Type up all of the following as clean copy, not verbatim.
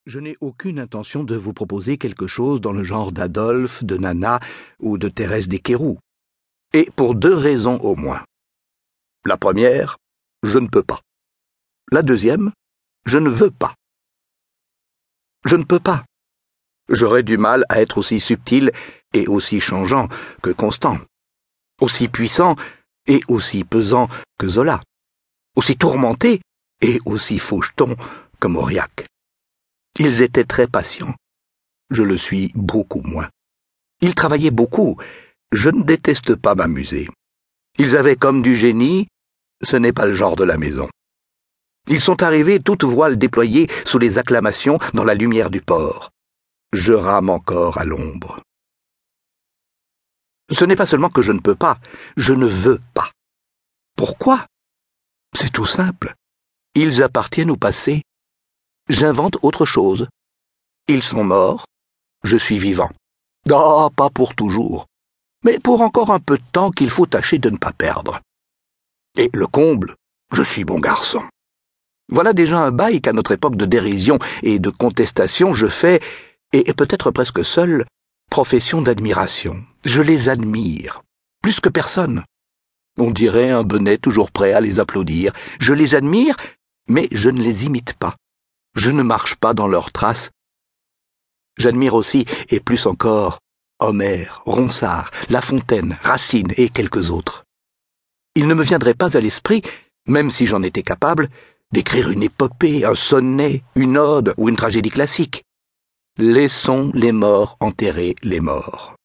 Je n'ai aucune intention de vous proposer quelque chose dans le genre d'Adolphe, de Nana ou de Thérèse Desquéroux. Et pour deux raisons au moins. La première, je ne peux pas. La deuxième, je ne veux pas. Je ne peux pas. J'aurais du mal à être aussi subtil et aussi changeant que Constant, aussi puissant et aussi pesant que Zola, aussi tourmenté et aussi faucheton que Mauriac. Ils étaient très patients. Je le suis beaucoup moins. Ils travaillaient beaucoup. Je ne déteste pas m'amuser. Ils avaient comme du génie. Ce n'est pas le genre de la maison. Ils sont arrivés toutes voiles déployées sous les acclamations dans la lumière du port. Je rame encore à l'ombre. Ce n'est pas seulement que je ne peux pas, je ne veux pas. Pourquoi? C'est tout simple. Ils appartiennent au passé. J'invente autre chose. Ils sont morts, je suis vivant. Ah, pas pour toujours, mais pour encore un peu de temps qu'il faut tâcher de ne pas perdre. Et le comble, je suis bon garçon. Voilà déjà un bail qu'à notre époque de dérision et de contestation je fais, et peut-être presque seul, profession d'admiration. Je les admire, plus que personne. On dirait un bonnet toujours prêt à les applaudir. Je les admire, mais je ne les imite pas. Je ne marche pas dans leurs traces. J'admire aussi, et plus encore, Homère, Ronsard, La Fontaine, Racine et quelques autres. Il ne me viendrait pas à l'esprit, même si j'en étais capable, d'écrire une épopée, un sonnet, une ode ou une tragédie classique. Laissons les morts enterrer les morts.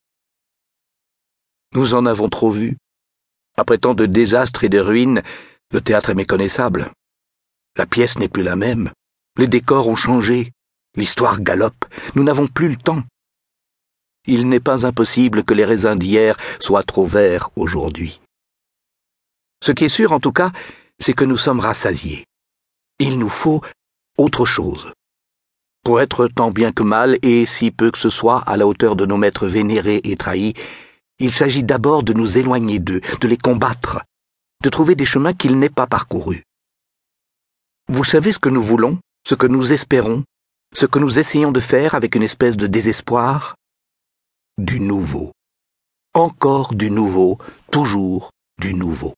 Nous en avons trop vu. Après tant de désastres et de ruines, le théâtre est méconnaissable. La pièce n'est plus la même. Les décors ont changé. L'histoire galope. Nous n'avons plus le temps. Il n'est pas impossible que les raisins d'hier soient trop verts aujourd'hui. Ce qui est sûr, en tout cas, c'est que nous sommes rassasiés. Il nous faut autre chose. Pour être tant bien que mal, et si peu que ce soit à la hauteur de nos maîtres vénérés et trahis, il s'agit d'abord de nous éloigner d'eux, de les combattre, de trouver des chemins qu'ils n'aient pas parcourus. Vous savez ce que nous voulons, ce que nous espérons, ce que nous essayons de faire avec une espèce de désespoir? Du nouveau. Encore du nouveau, toujours du nouveau.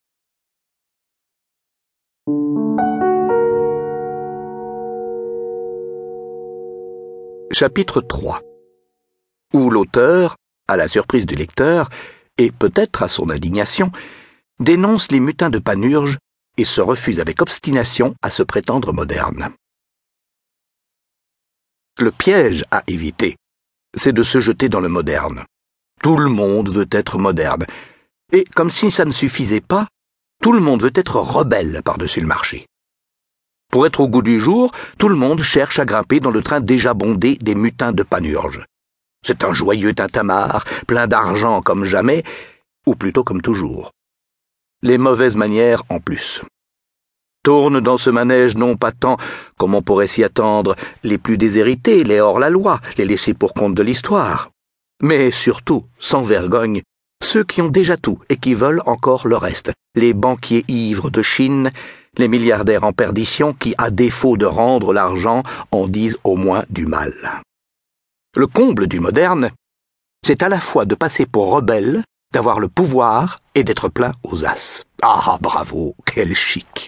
Chapitre 3, où l'auteur, à la surprise du lecteur, et peut-être à son indignation, dénonce les mutins de Panurge et se refuse avec obstination à se prétendre moderne. Le piège à éviter, c'est de se jeter dans le moderne. Tout le monde veut être moderne, et comme si ça ne suffisait pas, tout le monde veut être rebelle par-dessus le marché. Pour être au goût du jour, tout le monde cherche à grimper dans le train déjà bondé des mutins de Panurge. C'est un joyeux tintamarre, plein d'argent comme jamais, ou plutôt comme toujours. Les mauvaises manières en plus. Tournent dans ce manège non pas tant, comme on pourrait s'y attendre, les plus déshérités, les hors-la-loi, les laissés pour compte de l'histoire, mais surtout, sans vergogne, ceux qui ont déjà tout et qui veulent encore le reste, les banquiers ivres de Chine, les milliardaires en perdition qui, à défaut de rendre l'argent, en disent au moins du mal. Le comble du moderne, c'est à la fois de passer pour rebelle, d'avoir le pouvoir et d'être plein aux as. Ah, bravo, quel chic!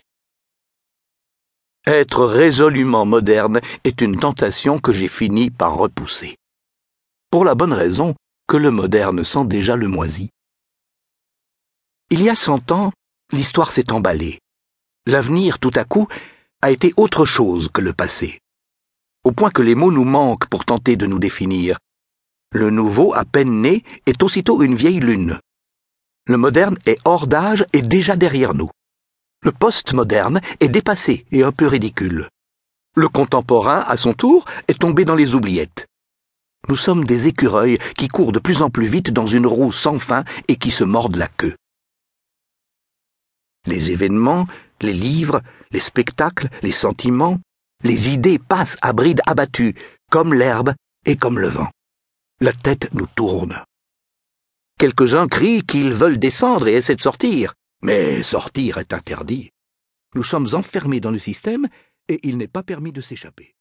Être résolument moderne est une tentation que j'ai fini par repousser. Pour la bonne raison que le moderne sent déjà le moisi. Il y a 100 ans, l'histoire s'est emballée. L'avenir, tout à coup, a été autre chose que le passé. Au point que les mots nous manquent pour tenter de nous définir. Le nouveau, à peine né, est aussitôt une vieille lune. Le moderne est hors d'âge et déjà derrière nous. Le post-moderne est dépassé et un peu ridicule. Le contemporain, à son tour, est tombé dans les oubliettes. Nous sommes des écureuils qui courent de plus en plus vite dans une roue sans fin et qui se mordent la queue. Les événements, les livres, les spectacles, les sentiments, les idées passent à bride abattue, comme l'herbe et comme le vent. La tête nous tourne. Quelques-uns crient qu'ils veulent descendre et essaient de sortir. Mais sortir est interdit. Nous sommes enfermés dans le système et il n'est pas permis de s'échapper.